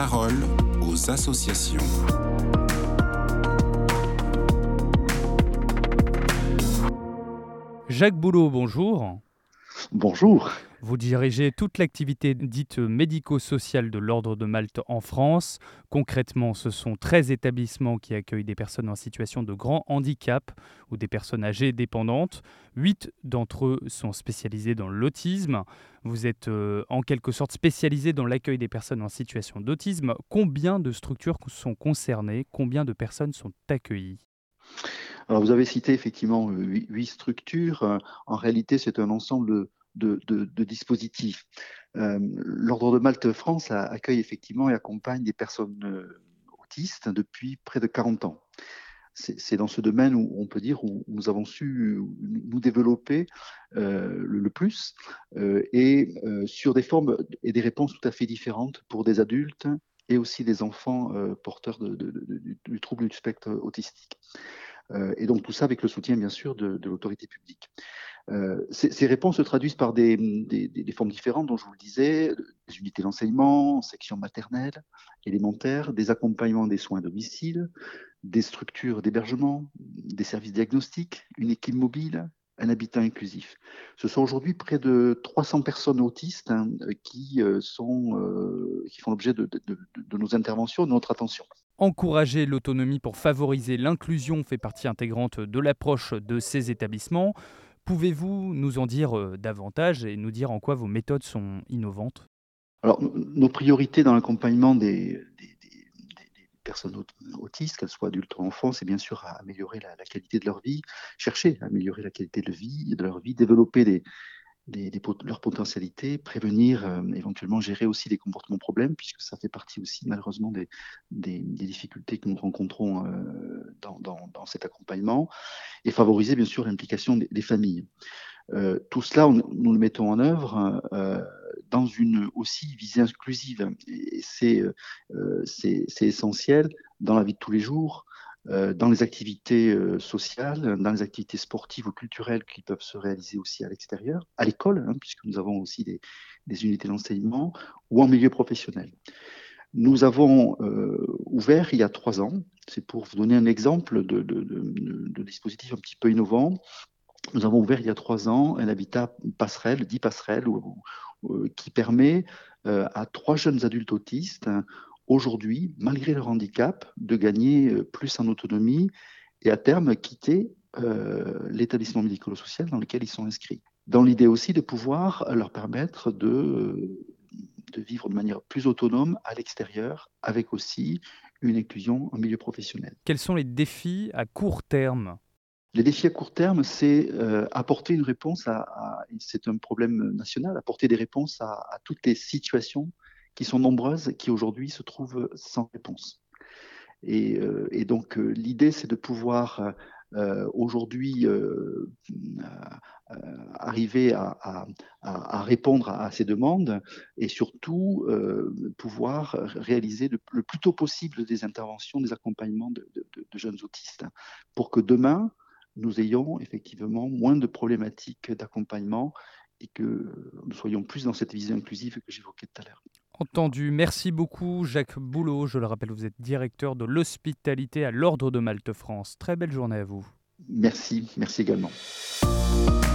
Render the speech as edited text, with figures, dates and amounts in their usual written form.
parole aux associations. Jacques Boulot, bonjour. Bonjour. Vous dirigez toute l'activité dite médico-sociale de l'Ordre de Malte en France. Concrètement, ce sont 13 établissements qui accueillent des personnes en situation de grand handicap ou des personnes âgées dépendantes. 8 d'entre eux sont spécialisés dans l'autisme. Vous êtes en quelque sorte spécialisé dans l'accueil des personnes en situation d'autisme. Combien de structures sont concernées ? Combien de personnes sont accueillies ? Alors vous avez cité effectivement 8 structures. En réalité, c'est un ensemble de dispositifs. L'Ordre de Malte France accueille effectivement et accompagne des personnes autistes depuis près de 40 ans. C'est dans ce domaine où on peut dire où nous avons su nous développer le plus et sur des formes et des réponses tout à fait différentes pour des adultes et aussi des enfants porteurs du trouble du spectre autistique. Et donc tout ça avec le soutien bien sûr de l'autorité publique. Ces réponses se traduisent par des formes différentes, dont je vous le disais, des unités d'enseignement, sections maternelles, élémentaires, des accompagnements des soins à domicile, des structures d'hébergement, des services diagnostiques, une équipe mobile, un habitat inclusif. Ce sont aujourd'hui près de 300 personnes autistes qui font l'objet de nos interventions, de notre attention. Encourager l'autonomie pour favoriser l'inclusion fait partie intégrante de l'approche de ces établissements. Pouvez-vous nous en dire davantage et nous dire en quoi vos méthodes sont innovantes ? Alors, nos priorités dans l'accompagnement des personnes autistes, qu'elles soient adultes ou enfants, c'est bien sûr à améliorer la qualité de leur vie, chercher à améliorer la qualité de leur vie, développer leurs potentialités, prévenir, éventuellement gérer aussi les comportements problèmes, puisque ça fait partie aussi malheureusement des difficultés que nous rencontrons dans cet accompagnement, et favoriser bien sûr l'implication des familles. Tout cela, nous le mettons en œuvre dans une aussi visée inclusive. Et c'est essentiel dans la vie de tous les jours, dans les activités sociales, dans les activités sportives ou culturelles qui peuvent se réaliser aussi à l'extérieur, à l'école, puisque nous avons aussi des unités d'enseignement, ou en milieu professionnel. Nous avons ouvert il y a 3 ans, c'est pour vous donner un exemple de dispositif un petit peu innovant. Nous avons ouvert il y a 3 ans un habitat passerelle, dit passerelle, qui permet à 3 jeunes adultes autistes, aujourd'hui, malgré leur handicap, de gagner plus en autonomie et à terme quitter l'établissement médico-social dans lequel ils sont inscrits. Dans l'idée aussi de pouvoir leur permettre de vivre de manière plus autonome à l'extérieur, avec aussi une inclusion en milieu professionnel. Quels sont les défis à court terme ? Les défis à court terme, c'est apporter une réponse c'est un problème national, apporter des réponses à toutes les situations qui sont nombreuses, qui aujourd'hui se trouvent sans réponse. Et donc l'idée, c'est de pouvoir aujourd'hui arriver à répondre à ces demandes et surtout pouvoir réaliser le plus tôt possible des interventions, des accompagnements de jeunes autistes, pour que demain, nous ayons effectivement moins de problématiques d'accompagnement et que nous soyons plus dans cette vision inclusive que j'évoquais tout à l'heure. Entendu. Merci beaucoup Jacques Boulot. Je le rappelle, vous êtes directeur de l'hospitalité à l'Ordre de Malte France. Très belle journée à vous. Merci également.